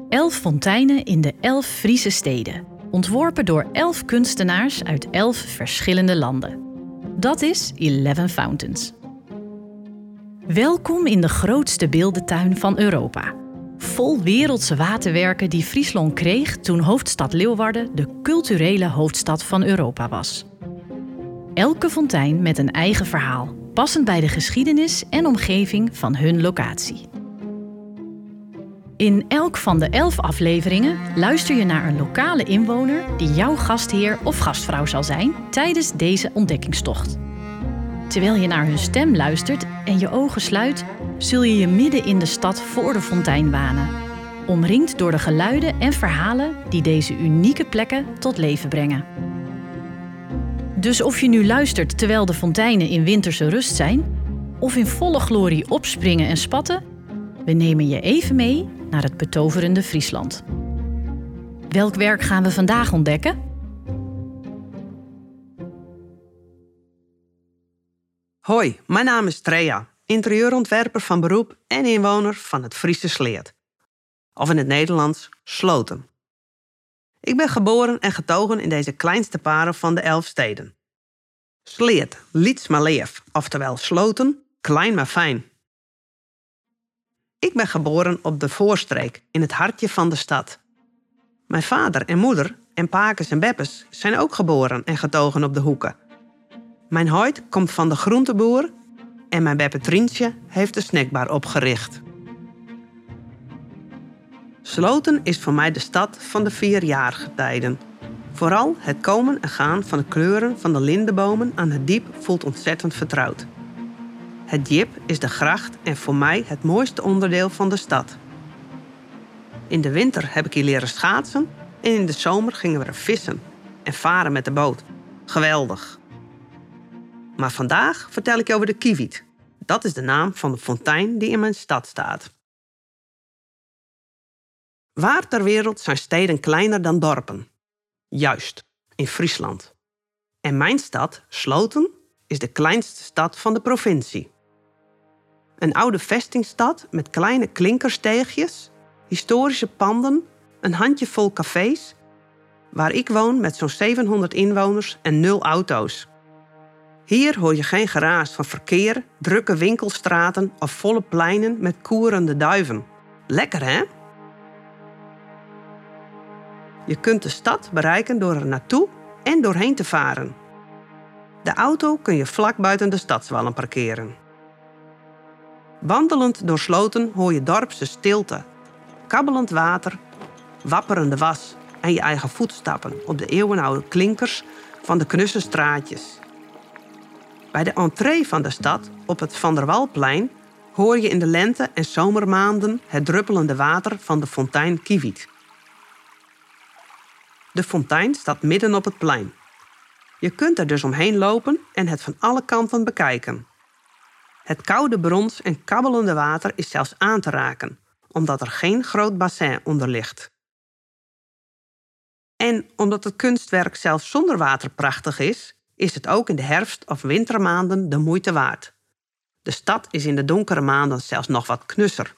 11 fonteinen in de 11 Friese steden. Ontworpen door 11 kunstenaars uit 11 verschillende landen. Dat is 11 Fountains. Welkom in de grootste beeldentuin van Europa. Vol wereldse waterwerken die Friesland kreeg toen hoofdstad Leeuwarden de culturele hoofdstad van Europa was. Elke fontein met een eigen verhaal, passend bij de geschiedenis en omgeving van hun locatie. In elk van de 11 afleveringen luister je naar een lokale inwoner die jouw gastheer of gastvrouw zal zijn tijdens deze ontdekkingstocht. Terwijl je naar hun stem luistert en je ogen sluit, zul je je midden in de stad voor de fontein banen. Omringd door de geluiden en verhalen die deze unieke plekken tot leven brengen. Dus of je nu luistert terwijl de fonteinen in winterse rust zijn, of in volle glorie opspringen en spatten, we nemen je even mee naar het betoverende Friesland. Welk werk gaan we vandaag ontdekken? Hoi, mijn naam is Trea, interieurontwerper van beroep en inwoner van het Friese Sleert. Of in het Nederlands Sloten. Ik ben geboren en getogen in deze kleinste paren van de 11 steden. Sleert, liets maar leef, oftewel Sloten, klein maar fijn. Ik ben geboren op de Voorstreek, in het hartje van de stad. Mijn vader en moeder en pakes en beppes zijn ook geboren en getogen op de hoeken. Mijn huid komt van de groenteboer en mijn beppe Trientje heeft de snackbar opgericht. Sloten is voor mij de stad van de 4 jaargetijden. Vooral het komen en gaan van de kleuren van de lindenbomen aan het diep voelt ontzettend vertrouwd. Het diep is de gracht en voor mij het mooiste onderdeel van de stad. In de winter heb ik hier leren schaatsen en in de zomer gingen we er vissen en varen met de boot. Geweldig. Maar vandaag vertel ik je over de Kieviet. Dat is de naam van de fontein die in mijn stad staat. Waar ter wereld zijn steden kleiner dan dorpen? Juist, in Friesland. En mijn stad, Sloten, is de kleinste stad van de provincie. Een oude vestingstad met kleine klinkersteegjes, historische panden, een handjevol cafés, waar ik woon met zo'n 700 inwoners en 0 auto's. Hier hoor je geen geraas van verkeer, drukke winkelstraten of volle pleinen met koerende duiven. Lekker, hè? Je kunt de stad bereiken door er naartoe en doorheen te varen. De auto kun je vlak buiten de stadswallen parkeren. Wandelend door Sloten hoor je dorpse stilte, kabbelend water, wapperende was en je eigen voetstappen op de eeuwenoude klinkers van de knusse straatjes. Bij de entree van de stad, op het Van der Walplein, hoor je in de lente- en zomermaanden het druppelende water van de fontein Kieviet. De fontein staat midden op het plein. Je kunt er dus omheen lopen en het van alle kanten bekijken. Het koude brons en kabbelende water is zelfs aan te raken, omdat er geen groot bassin onder ligt. En omdat het kunstwerk zelfs zonder water prachtig is het ook in de herfst- of wintermaanden de moeite waard. De stad is in de donkere maanden zelfs nog wat knusser.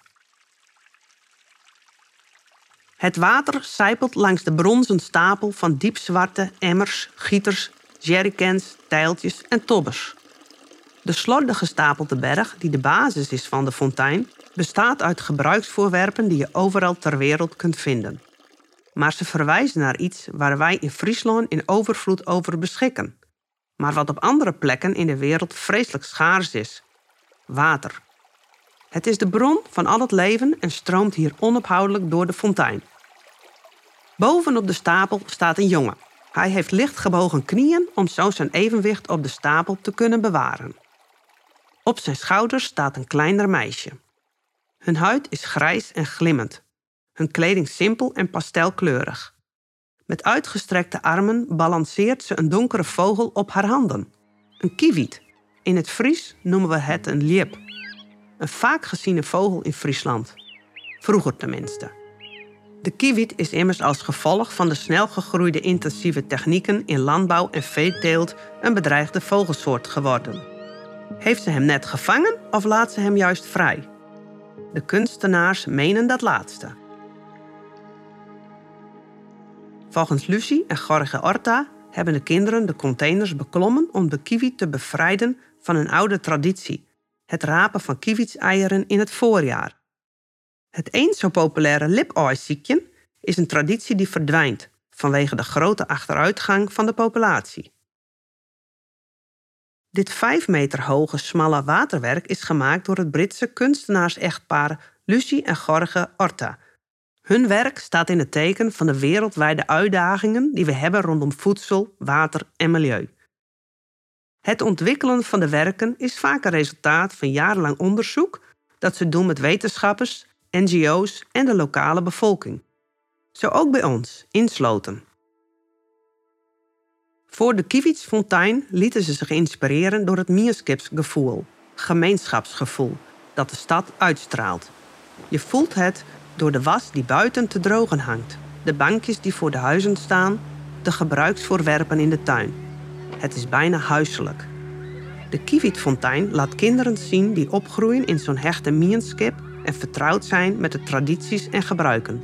Het water sijpelt langs de bronzen stapel van diepzwarte emmers, gieters, jerrycans, tijltjes en tobbers. De slordig gestapelde berg, die de basis is van de fontein, bestaat uit gebruiksvoorwerpen die je overal ter wereld kunt vinden. Maar ze verwijzen naar iets waar wij in Friesland in overvloed over beschikken. Maar wat op andere plekken in de wereld vreselijk schaars is. Water. Het is de bron van al het leven en stroomt hier onophoudelijk door de fontein. Bovenop de stapel staat een jongen. Hij heeft licht gebogen knieën om zo zijn evenwicht op de stapel te kunnen bewaren. Op zijn schouders staat een kleiner meisje. Hun huid is grijs en glimmend. Hun kleding simpel en pastelkleurig. Met uitgestrekte armen balanceert ze een donkere vogel op haar handen. Een kieviet. In het Fries noemen we het een liep. Een vaak geziene vogel in Friesland. Vroeger tenminste. De kieviet is immers als gevolg van de snel gegroeide intensieve technieken in landbouw en veeteelt een bedreigde vogelsoort geworden. Heeft ze hem net gevangen of laat ze hem juist vrij? De kunstenaars menen dat laatste. Volgens Lucie en Jorge Orta hebben de kinderen de containers beklommen om de kiwi te bevrijden van een oude traditie: het rapen van kievitseieren in het voorjaar. Het eens zo populaire lipooiziekje is een traditie die verdwijnt vanwege de grote achteruitgang van de populatie. Dit 5 meter hoge smalle waterwerk is gemaakt door het Britse kunstenaars-echtpaar Lucie en Jorge Orta. Hun werk staat in het teken van de wereldwijde uitdagingen die we hebben rondom voedsel, water en milieu. Het ontwikkelen van de werken is vaak een resultaat van jarenlang onderzoek dat ze doen met wetenschappers, NGO's en de lokale bevolking. Zo ook bij ons, in Sloten. Voor de Kiewietsfontein lieten ze zich inspireren door het Mierskipsgevoel, gemeenschapsgevoel, dat de stad uitstraalt. Je voelt het door de was die buiten te drogen hangt, de bankjes die voor de huizen staan, de gebruiksvoorwerpen in de tuin. Het is bijna huiselijk. De Kiewietfontein laat kinderen zien die opgroeien in zo'n hechte Mierskip en vertrouwd zijn met de tradities en gebruiken.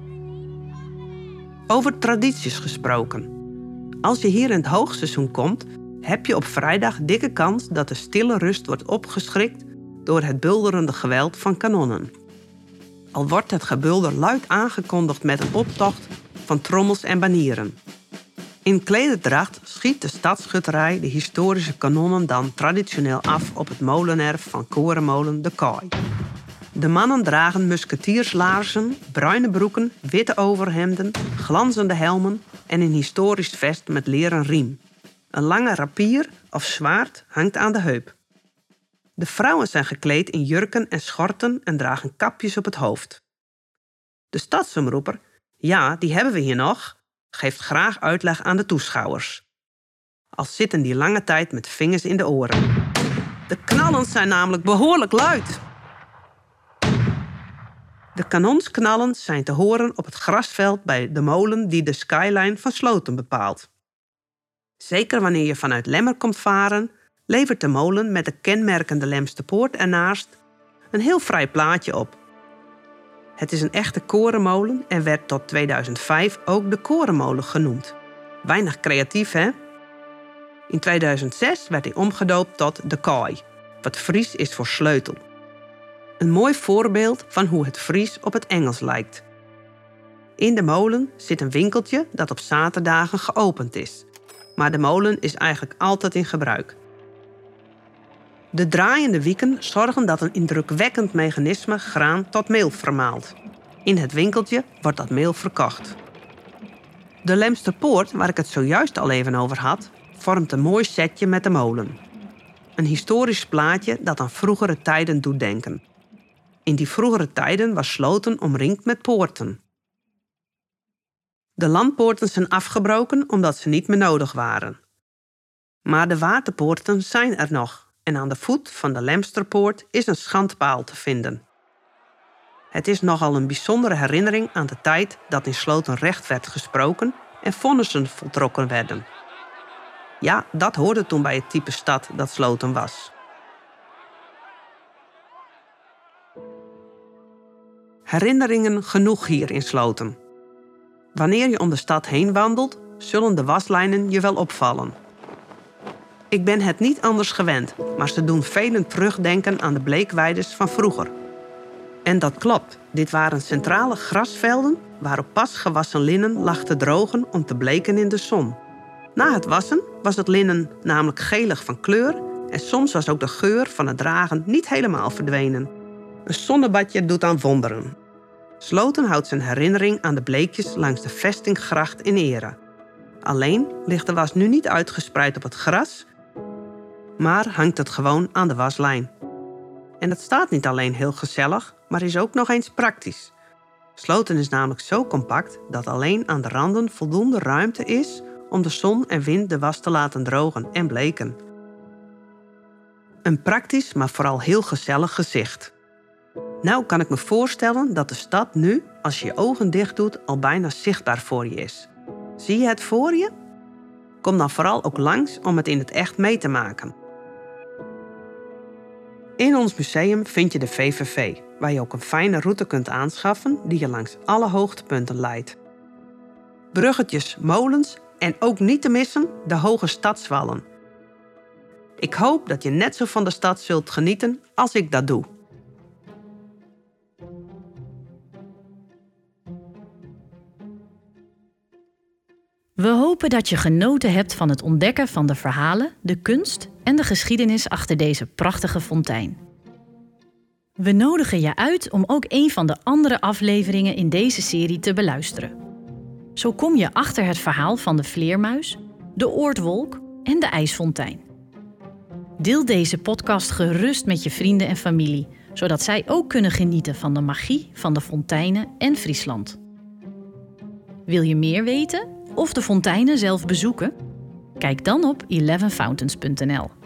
Over tradities gesproken. Als je hier in het hoogseizoen komt, heb je op vrijdag dikke kans dat de stille rust wordt opgeschrikt door het bulderende geweld van kanonnen. Al wordt het gebulder luid aangekondigd met een optocht van trommels en banieren. In klederdracht schiet de stadsschutterij de historische kanonnen dan traditioneel af op het molenerf van korenmolen De Kooi. De mannen dragen musketierslaarzen, bruine broeken, witte overhemden, glanzende helmen en een historisch vest met leren riem. Een lange rapier of zwaard hangt aan de heup. De vrouwen zijn gekleed in jurken en schorten en dragen kapjes op het hoofd. De stadsomroeper, ja, die hebben we hier nog, geeft graag uitleg aan de toeschouwers. Al zitten die lange tijd met vingers in de oren. De knallen zijn namelijk behoorlijk luid. De kanonsknallen zijn te horen op het grasveld bij de molen die de skyline van Sloten bepaalt. Zeker wanneer je vanuit Lemmer komt varen, levert de molen met de kenmerkende Lemsterpoort ernaast een heel fraai plaatje op. Het is een echte korenmolen en werd tot 2005 ook de Korenmolen genoemd. Weinig creatief, hè? In 2006 werd hij omgedoopt tot De Kooi, wat Fries is voor sleutel. Een mooi voorbeeld van hoe het Fries op het Engels lijkt. In de molen zit een winkeltje dat op zaterdagen geopend is. Maar de molen is eigenlijk altijd in gebruik. De draaiende wieken zorgen dat een indrukwekkend mechanisme graan tot meel vermaalt. In het winkeltje wordt dat meel verkocht. De Lemsterpoort, waar ik het zojuist al even over had, vormt een mooi setje met de molen. Een historisch plaatje dat aan vroegere tijden doet denken. In die vroegere tijden was Sloten omringd met poorten. De landpoorten zijn afgebroken omdat ze niet meer nodig waren. Maar de waterpoorten zijn er nog en aan de voet van de Lemsterpoort is een schandpaal te vinden. Het is nogal een bijzondere herinnering aan de tijd dat in Sloten recht werd gesproken en vonnissen voltrokken werden. Ja, dat hoorde toen bij het type stad dat Sloten was. Herinneringen genoeg hier in Sloten. Wanneer je om de stad heen wandelt, zullen de waslijnen je wel opvallen. Ik ben het niet anders gewend, maar ze doen velen terugdenken aan de bleekweiders van vroeger. En dat klopt, dit waren centrale grasvelden waarop pas gewassen linnen lag te drogen om te bleken in de zon. Na het wassen was het linnen namelijk gelig van kleur en soms was ook de geur van het dragen niet helemaal verdwenen. Een zonnebadje doet aan wonderen. Sloten houdt zijn herinnering aan de bleekjes langs de vestinggracht in ere. Alleen ligt de was nu niet uitgespreid op het gras, maar hangt het gewoon aan de waslijn. En dat staat niet alleen heel gezellig, maar is ook nog eens praktisch. Sloten is namelijk zo compact dat alleen aan de randen voldoende ruimte is om de zon en wind de was te laten drogen en bleken. Een praktisch, maar vooral heel gezellig gezicht. Nou kan ik me voorstellen dat de stad nu, als je je ogen dicht doet, al bijna zichtbaar voor je is. Zie je het voor je? Kom dan vooral ook langs om het in het echt mee te maken. In ons museum vind je de VVV, waar je ook een fijne route kunt aanschaffen die je langs alle hoogtepunten leidt. bruggetjes, molens en ook niet te missen de hoge stadswallen. Ik hoop dat je net zo van de stad zult genieten als ik dat doe. We hopen dat je genoten hebt van het ontdekken van de verhalen, de kunst en de geschiedenis achter deze prachtige fontein. We nodigen je uit om ook een van de andere afleveringen in deze serie te beluisteren. Zo kom je achter het verhaal van de vleermuis, de oortwolk en de ijsfontein. Deel deze podcast gerust met je vrienden en familie, zodat zij ook kunnen genieten van de magie van de fonteinen en Friesland. Wil je meer weten of de fonteinen zelf bezoeken? Kijk dan op 11fountains.nl.